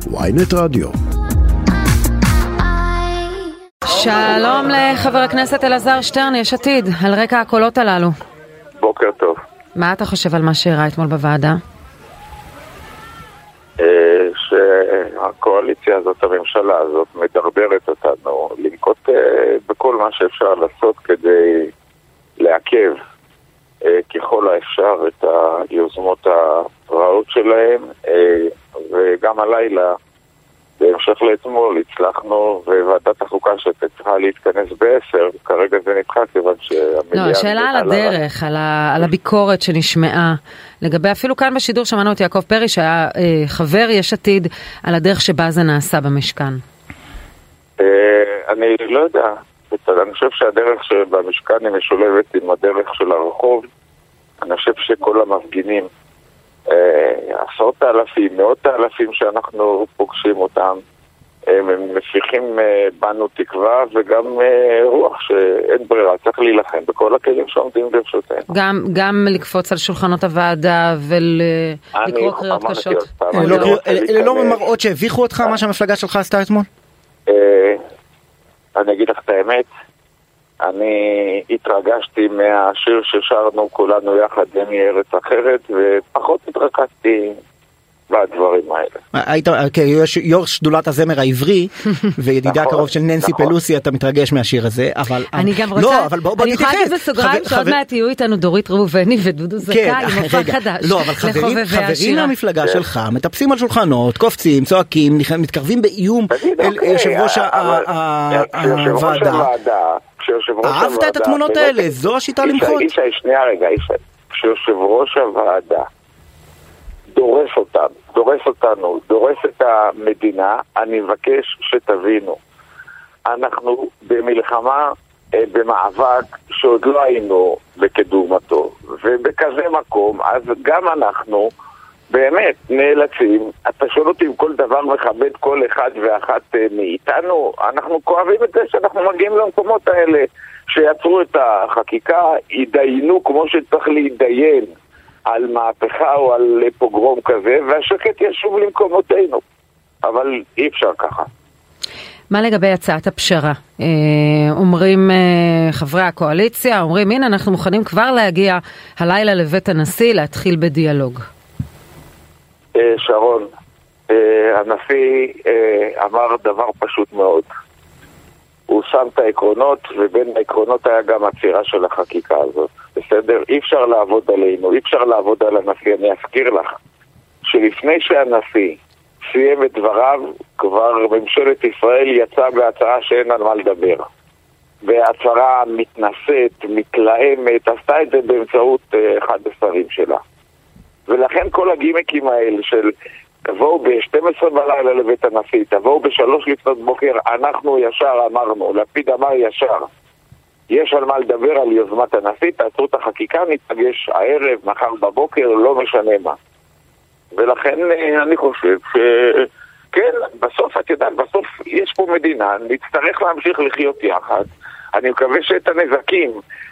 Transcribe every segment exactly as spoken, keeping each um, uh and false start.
וויינט רדיו. שלום לחבר הכנסת אלעזר שטרן, יש עתיד, על רקע הקולות הללו. בוקר טוב. מה אתה חושב על מה שהראה אתמול בוועדה? שהקואליציה הזאת, הממשלה הזאת, מדרדרת אותנו לנקוט בכל מה שאפשר לעשות כדי לעכב ככל האפשר את היוזמות הרעות שלהם, וגם הלילה בהמשך לאתמול הצלחנו, וועדת החוקה שצריכה להתכנס בעשר, כרגע זה נדחה כיוון שהמליאה... לא, השאלה על הדרך, על, ה, על הביקורת שנשמעה, לגבי אפילו כאן בשידור שמענו את יעקב פרי שהיה אה, חבר יש עתיד, על הדרך שבה זה נעשה במשכן. אה, אני לא יודע, אני חושב שהדרך שבמשכן היא משולבת עם הדרך של הרחוב, אני חושב שכל המפגינים, עשרות האלפים, מאות האלפים שאנחנו פוגשים אותם, הם מפיחים בנו תקווה וגם רוח שאין ברירה, צריך להילחם בכל הכלים שעומדים ברשותנו. גם, גם לקפוץ על שולחנות הוועדה ולקרוא קריאות קשות. אלה לא ממראות שהביכו אותך מה שהמפלגה שלך עשתה אתמול? אני אגיד לך את האמת, אני התרגשתי מהשיר ששרנו כולנו יחד למי ארץ אחרת, ופחות התרכזתי בדברים האלה. היית כיו"ר שדולת הזמר העברי, וידידה הקרוב של ננסי פלוסי, אתה מתרגש מהשיר הזה, אבל... אני גם רוצה, אני יכולה להגיד בסוגריים שעוד מעט יהיו איתנו דורית ראובני ודודו זכאי, עם מופע חדש. לא, אבל חברים מהמפלגה שלך, מטפסים על שולחנות, קופצים, צועקים, מתקרבים באיום אל יושב ראש הוועדה. אהבת את התמונות האלה, זו השיטה למחות. אישה, שנייה רגע, אישה. כשיושב ראש הוועדה דורס אותנו, דורס אותנו, דורס את המדינה, אני מבקש שתבינו. אנחנו במלחמה, במאבק שעוד לא היינו בקדומתו, ובכזה מקום, אז גם אנחנו באמת נאלצים, אתה שואל אותי אם כל דבר מכבד כל אחד ואחת מאיתנו, אנחנו כואבים את זה שאנחנו מגיעים למקומות האלה שיצרו את החקיקה, ידיינו כמו שצריך להידיין על מהפכה או על פוגרום כזה, והשקט ישוב למקומותינו. אבל אי אפשר ככה. מה לגבי הצעת הפשרה? אומרים חברי הקואליציה, אומרים הנה אנחנו מוכנים כבר להגיע הלילה לבית הנשיא, להתחיל בדיאלוג. שרון, הנשיא אמר דבר פשוט מאוד. הוא שם את העקרונות, ובין העקרונות היה גם הצירה של החקיקה הזאת. בסדר? אי אפשר לעבוד עלינו, אי אפשר לעבוד על הנשיא. אני אזכיר לך שלפני שהנשיא סיים את דבריו, כבר ממשלת ישראל יצאה בהצעה שאין על מה לדבר. והצהרה מתנשאת, מתלהמת, עשתה את זה באמצעות אחד השרים שלה. ולכן כל הגימיקים האלה של תבואו ב-שתים עשרה בלילה לבית הנשיא, תבואו ב-שלוש לפנות בוקר, אנחנו ישר אמרנו, לפיד אמר ישר, יש על מה לדבר על יוזמת הנשיא, תעצרו את החקיקה, נתפגש הערב, מחר בבוקר, לא משנה מה. ולכן אני חושב שכן, בסוף, את יודעת, בסוף יש פה מדינה, נצטרך להמשיך לחיות יחד. אני מקווה שאת הנזקים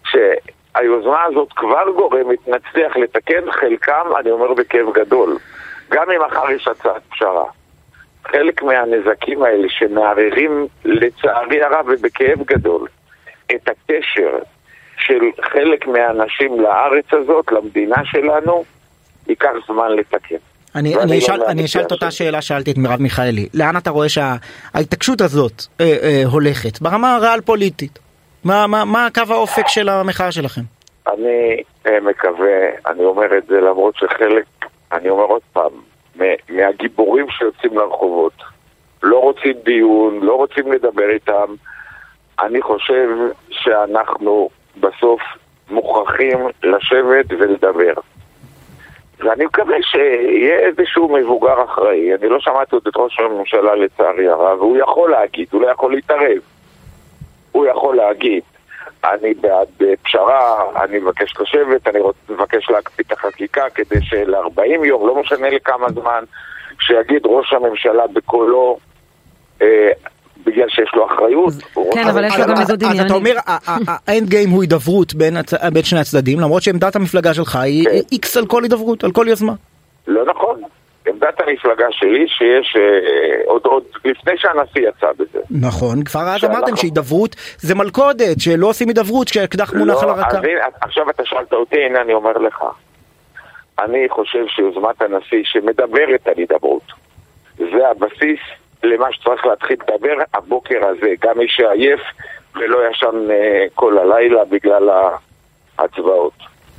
שהיוזמה הזאת כבר גורמת, נצליח לתקן חלקם, אני אומר בכאב גדול. גם אם אחר יש הצעת פשרה. חלק מהנזקים האלה שמערערים לצערי הרב ובכאב גדול את הקשר של חלק מהאנשים לארץ הזאת, למדינה שלנו, ייקח זמן לתקן. אני, אני אשאל, אני אשאל את אותה שאלה שאלתי את מרב מיכאלי. לאן אתה רואה שההתעקשות הזאת אה, אה, הולכת? ברמה הריאל פוליטית. מה, מה, מה הקו האופק של המחאה שלכם? אני אה, מקווה, אני אומר את זה למרות שחלק, אני אומר עוד פעם, מהגיבורים שיוצאים לרחובות, לא רוצים דיון, לא רוצים לדבר איתם. אני חושב שאנחנו בסוף מוכרחים לשבת ולדבר. ואני מקווה שיהיה איזשהו מבוגר אחראי. אני לא שמעתי את ראש הממשלה לצערי הרב, והוא יכול להגיד, הוא לא יכול להתערב. הוא יכול להגיד, אני בעד פשרה, אני מבקש לשבת, אני מבקש להקפיא את החקיקה כדי של-ארבעים יום, לא משנה לכמה זמן, שיגיד ראש הממשלה בקולו, אה, בגלל שיש לו אחריות. כן, אבל יש לו גם איזו דמיוני. אז אתה אומר, האנד גיים הוא הידברות בין שני הצדדים, למרות שעמדת המפלגה שלך היא איקס על כל הידברות, על כל יוזמה. לא נכון. עמדת המפלגה שלי שיש אה, עוד, עוד לפני שהנשיא יצא בזה. נכון, כבר אז אמרתם שהידברות זה מלכודת, שלא עושים הידברות כשאקדח מונח לא, על הרקה. אז, עכשיו אתה שאלת אותי, הנה אני אומר לך. אני חושב שיוזמת הנשיא שמדברת על הידברות, זה הבסיס למה שצריך להתחיל לדבר הבוקר הזה. גם מי שעייף ולא ישן אה, כל הלילה בגלל ההצבעות.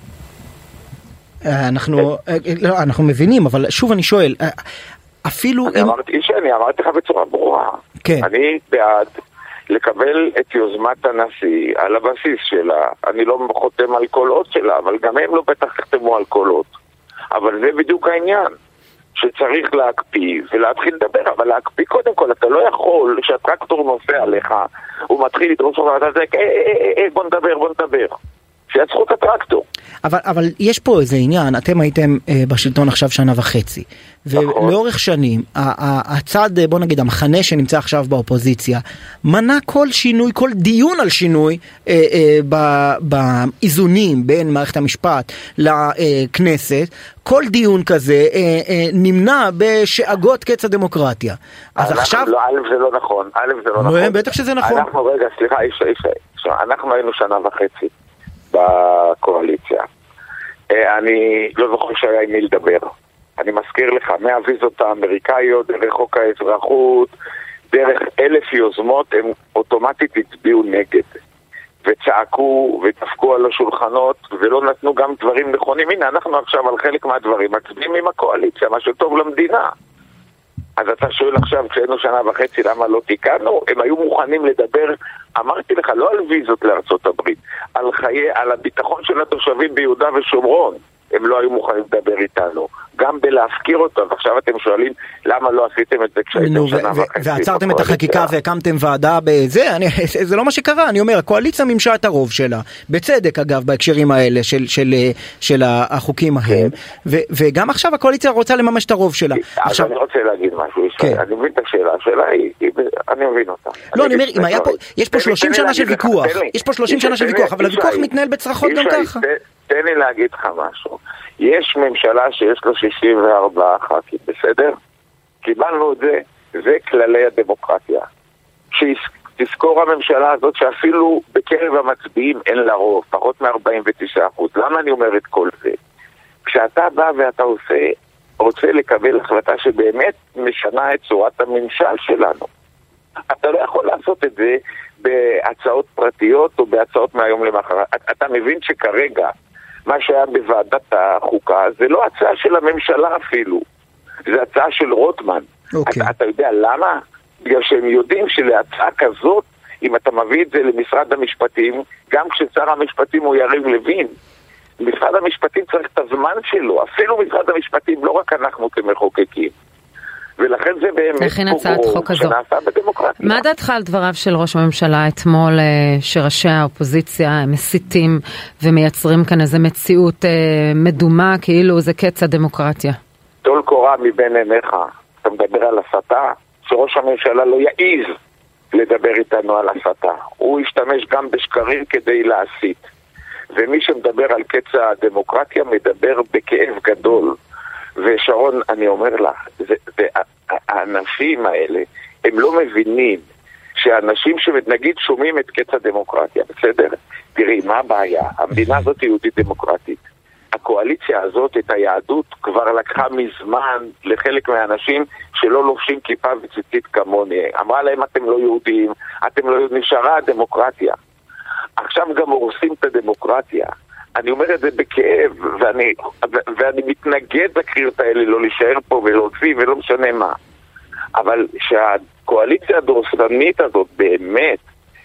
אנחנו, לא, אנחנו מבינים, אבל שוב אני שואל, אפילו... אני אמרתי שאני, אמרתי לך בצורה ברורה. כן. אני בעד לקבל את יוזמת הנשיא על הבסיס שלה. אני לא חותם על כל אות שלה, אבל גם הם לא בטח תחתמו על כל אות. אבל זה בדיוק העניין, שצריך להקפיא ולהתחיל לדבר, אבל להקפיא קודם כל, אתה לא יכול שהטרקטור נוסע עליך, הוא מתחיל לדרוש אותך, ואתה אומר, בוא נדבר, בוא נדבר. שיצחו את הטרקטור. אבל, אבל יש פה איזה עניין, אתם הייתם אה, בשלטון עכשיו שנה וחצי, ולאורך שנים, הצד, בוא נגיד, המחנה שנמצא עכשיו באופוזיציה, מנע כל שינוי, כל דיון על שינוי אה, אה, באיזונים בין מערכת המשפט לכנסת, כל דיון כזה אה, אה, נמנע בשאגות קץ הדמוקרטיה. אז עכשיו... לא, א' זה לא נכון, א' זה לא נכון. בטח שזה נכון. אנחנו, רגע, סליחה, איש, איש, איש, אנחנו היינו שנה וחצי. בקואליציה. אני לא זוכר שהיה עם מי לדבר. אני מזכיר לך, מהוויזות האמריקאיות, דרך חוק האזרחות, דרך אלף יוזמות, הם אוטומטית הצביעו נגד. וצעקו ודפקו על השולחנות, ולא נתנו גם דברים נכונים. הנה, אנחנו עכשיו על חלק מהדברים מצביעים עם הקואליציה, מה שטוב למדינה. אז אתה שואל עכשיו, כשהיינו שנה וחצי, למה לא תיקנו? הם היו מוכנים לדבר, אמרתי לך, לא על ויזות לארצות הברית, על חיי, על הביטחון של התושבים ביהודה ושומרון. הם לא היו מוכנים לדבר איתנו. גם בלהפקיר אותו, ועכשיו אתם שואלים, למה לא עשיתם את זה כשהייתם שנה וחצי? ועצרתם את החקיקה והקמתם ועדה בזה? אני, זה לא מה שקרה, אני אומר, הקואליציה מימשה את הרוב שלה, בצדק אגב, בהקשרים האלה של, של, של החוקים ההם, ו, וגם עכשיו הקואליציה רוצה לממש את הרוב שלה. אז עכשיו... אני רוצה להגיד משהו, אני מבין את השאלה, השאלה היא, אני מבין אותה. לא, אני אומר, אם היה פה, יש פה שלושים שנה של ויכוח, יש פה שלושים שנה של ויכוח, אבל הוויכוח מתנהל בצרחות גם ככה. תן לי להגיד לך משהו. יש ממשלה שיש לו שישים וארבעה ח"כים, בסדר? קיבלנו את זה, זה כללי הדמוקרטיה. שתזכור הממשלה הזאת שאפילו בקרב המצביעים אין לה רוב, פחות מ-ארבעים ותשעה אחוז. למה אני אומר את כל זה? כשאתה בא ואתה עושה, רוצה לקבל החלטה שבאמת משנה את צורת הממשל שלנו. אתה לא יכול לעשות את זה בהצעות פרטיות או בהצעות מהיום למחר. אתה מבין שכרגע מה שהיה בוועדת החוקה זה לא הצעה של הממשלה אפילו, זה הצעה של רוטמן. Okay. אתה, אתה יודע למה? בגלל שהם יודעים שלהצעה כזאת, אם אתה מביא את זה למשרד המשפטים, גם כששר המשפטים הוא יריב לוין, משרד המשפטים צריך את הזמן שלו, אפילו משרד המשפטים, לא רק אנחנו כמחוקקים. ולכן זה באמת פוגרום שנעשה בדמוקרטיה. מה דעתך על דבריו של ראש הממשלה אתמול, שראשי האופוזיציה מסיתים ומייצרים כאן איזו מציאות מדומה, כאילו זה קץ הדמוקרטיה? טול קורה מבין עיניך, אתה מדבר על הסתה, שראש הממשלה לא יעיז לדבר איתנו על הסתה. הוא ישתמש גם בשקרים כדי להסית. ומי שמדבר על קץ הדמוקרטיה מדבר בכאב גדול. ושרון, אני אומר לך, זה, זה, האנשים האלה, הם לא מבינים שאנשים שנגיד שומעים את קץ הדמוקרטיה, בסדר? תראי, מה הבעיה? המדינה הזאת היא יהודית דמוקרטית. הקואליציה הזאת, את היהדות, כבר לקחה מזמן לחלק מהאנשים שלא לובשים כיפה וציצית כמוני. אמרה להם, אתם לא יהודים, אתם לא יהודים, נשארה הדמוקרטיה. עכשיו גם הורסים את הדמוקרטיה. אני אומר את זה בכאב, ואני, ואני מתנגד לקריאות האלה לא להישאר פה ולהוציא ולא משנה מה. אבל שהקואליציה הדורסנית הזאת באמת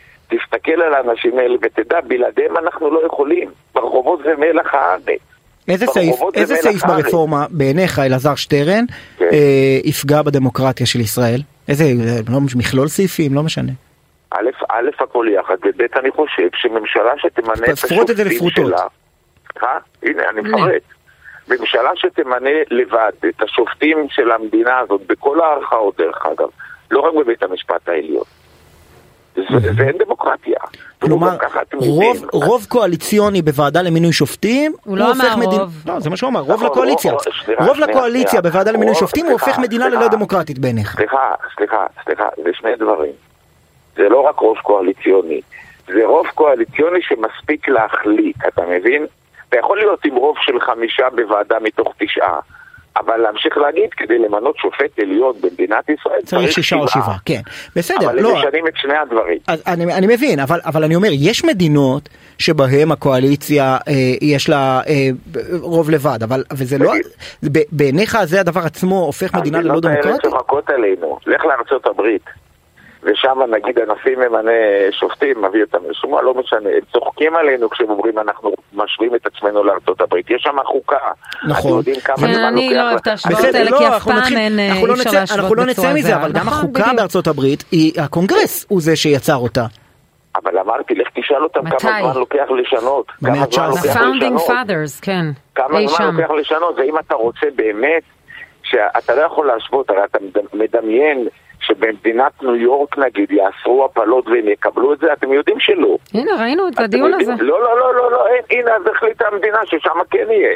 תסתכל על האנשים האלה ותדע, בלעדיהם אנחנו לא יכולים. ברחובות זה מלח הארץ. איזה סעיף, איזה סעיף ברפורמה בעיניך, אלעזר שטרן, כן. אה, יפגע בדמוקרטיה של ישראל? איזה, לא, מכלול סעיפים, לא משנה. א', א', הכל יחד, וב' אני חושב שממשלה שתמנה את השופטים שלה, אה? הנה, אני מפרט. ממשלה שתמנה לבד את השופטים של המדינה הזאת, בכל הערכאות דרך אגב, לא רק בבית המשפט העליון, ואין דמוקרטיה. כלומר, רוב, רוב קואליציוני בוועדה למינוי שופטים, הוא לא אמר מדינה, רוב. לא, זה מה שהוא אמר, רוב לקואליציה. רוב לקואליציה בוועדה למינוי שופטים, הוא הופך מדינה ללא דמוקרטית בעיניך. סליחה, סליחה, סליחה, זה שני דברים. זה לא רק רוב קואליציוני, זה רוב קואליציוני שמספיק להחליט, אתה מבין? אתה יכול להיות עם רוב של חמישה בוועדה מתוך תשעה. אבל להמשיך להגיד, כדי למנות שופט עליון במדינת ישראל, צריך שישה או שבעה, כן. בסדר, אבל לא. הם משנים את שני הדברים. אז אני, אני מבין, אבל, אבל אני אומר, יש מדינות שבהם הקואליציה, אה, יש לה אה, רוב לבד, אבל, וזה לא, בעיניך זה הדבר עצמו הופך מדינה ללא דמוקרטית? המדינות האלה צוחקות עלינו, לך לארצות הברית, ושם נגיד הנשיא ממנה שופטים, מביא אותם לשמוע, לא משנה, הם צוחקים עלינו כשהם אומרים אנחנו משווים את עצמנו לארצות הברית, יש שם חוקה. נכון. כן, אני לא אוהב את ההשוואות האלה, כי אף פעם אין אי אפשר להשוות בצורה זהה. אנחנו לא נצא מזה, אבל גם החוקה בארצות הברית, הקונגרס הוא זה שיצר אותה. אבל אמרתי, לך תשאל אותם כמה זמן לוקח לשנות. במאה ה-תשע עשרה. ה-founding fathers, כן. כמה זמן לוקח לשנות, ואם אתה רוצה באמת, שאתה לא יכול להשוות, הרי אתה מדמיין שבמדינת ניו יורק נגיד יאסרו הפלות והם יקבלו את זה, אתם יודעים שלא. הנה, ראינו את הדיון הזה. לא, לא, לא, לא, לא, הנה, אז החליטה המדינה ששם כן יהיה.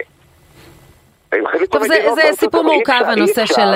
טוב, זה סיפור מורכב הנושא של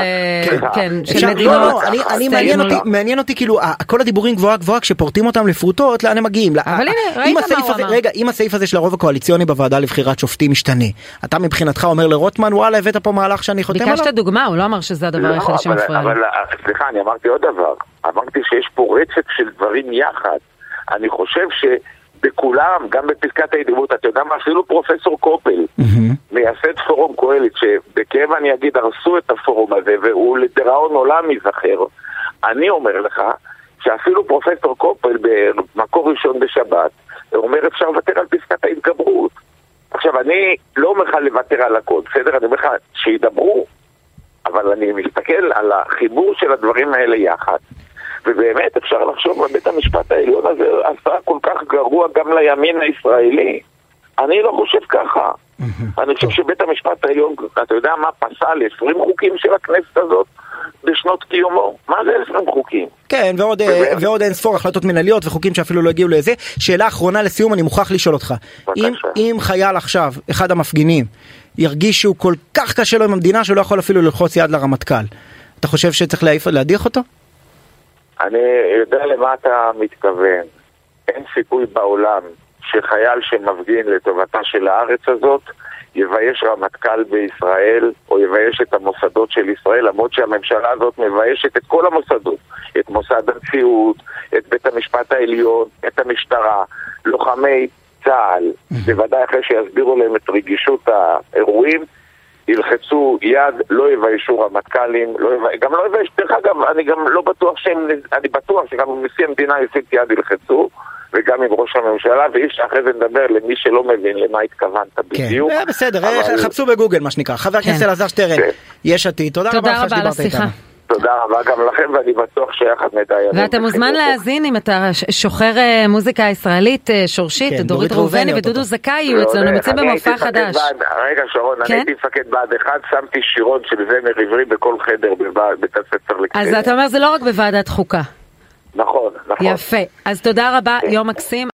מדינות. מעניין אותי כאילו כל הדיבורים גבוהה גבוהה כשפורטים אותם לפרוטות לאן הם מגיעים. אבל הנה, ראית מה הוא אמר. רגע, אם הסעיף הזה של הרוב הקואליציוני בוועדה לבחירת שופטים משתנה, אתה מבחינתך אומר לרוטמן, וואלה, הבאת פה מהלך שאני חותם עליו? ביקשת דוגמה, הוא לא אמר שזה הדבר היחיד שמפריע. אבל סליחה, אני אמרתי עוד דבר. אמרתי שיש פה רצף של דברים יחד. אני חושב ש בכולם, גם בפסקת ההתגברות, אתה יודע מה, אפילו פרופסור קופל, מייסד פורום קהלת, שבכאב אני אגיד, הרסו את הפורום הזה, והוא לדיראון עולם ייזכר. אני אומר לך, שאפילו פרופסור קופל, במקור ראשון בשבת, אומר אפשר לוותר על פסקת ההתגברות. עכשיו, אני לא אומר לך לוותר על הכל, בסדר? אני אומר לך שידברו, אבל אני מסתכל על החיבור של הדברים האלה יחד. ובאמת אפשר לחשוב בבית המשפט העליון הזה עשה כל כך גרוע גם לימין הישראלי. אני לא חושב ככה. אני חושב שבית המשפט העליון, אתה יודע מה, פסל עשרים חוקים של הכנסת הזאת בשנות קיומו. מה זה עשרים חוקים? כן, ועוד, ועוד אין ספור החלטות מנהליות וחוקים שאפילו לא הגיעו לזה. שאלה אחרונה לסיום, אני מוכרח לשאול אותך. אם, אם חייל עכשיו, אחד המפגינים, ירגיש שהוא כל כך קשה לו עם המדינה שלא יכול אפילו ללחוץ יד לרמטכ"ל, אתה חושב שצריך להדיח אותו? אני יודע למה אתה מתכוון. אין סיכוי בעולם שחייל שמפגין לטובתה של הארץ הזאת יבייש רמטכ"ל בישראל או יבייש את המוסדות של ישראל, למרות שהממשלה הזאת מביישת את כל המוסדות, את מוסד הנשיאות, את בית המשפט העליון, את המשטרה, לוחמי צה"ל, בוודאי אחרי שיסבירו להם את רגישות האירועים, ילחצו יד, לא יביישו רמטכ"לים, לא יבייש, גם לא יבייש, דרך אגב, אני גם לא בטוח שהם, אני בטוח שגם נשיא המדינה יוסיף יד ילחצו, וגם עם ראש הממשלה, ואיש שאחרי זה נדבר למי שלא מבין למה התכוונת בדיוק. כן, בסדר, חפשו בגוגל מה שנקרא. חבר הכנסת אלעזר שטרן, יש עתיד, תודה רבה לך שדיברת איתנו. תודה רבה גם לכם, ואני בטוח שיחד נדע. ואתה מוזמן להאזין אם אתה שוחר מוזיקה ישראלית שורשית, דורית ראובני ודודו זכאי יהיו אצלנו, מצאים במופע חדש. רגע שרון, אני הייתי מפקד בה"ד אחד, שמתי שירון של זמר עברי בכל חדר בבית הספר לקצינים. אז אתה אומר זה לא רק בוועדת חוקה. נכון, נכון. יפה, אז תודה רבה, יום מקסים.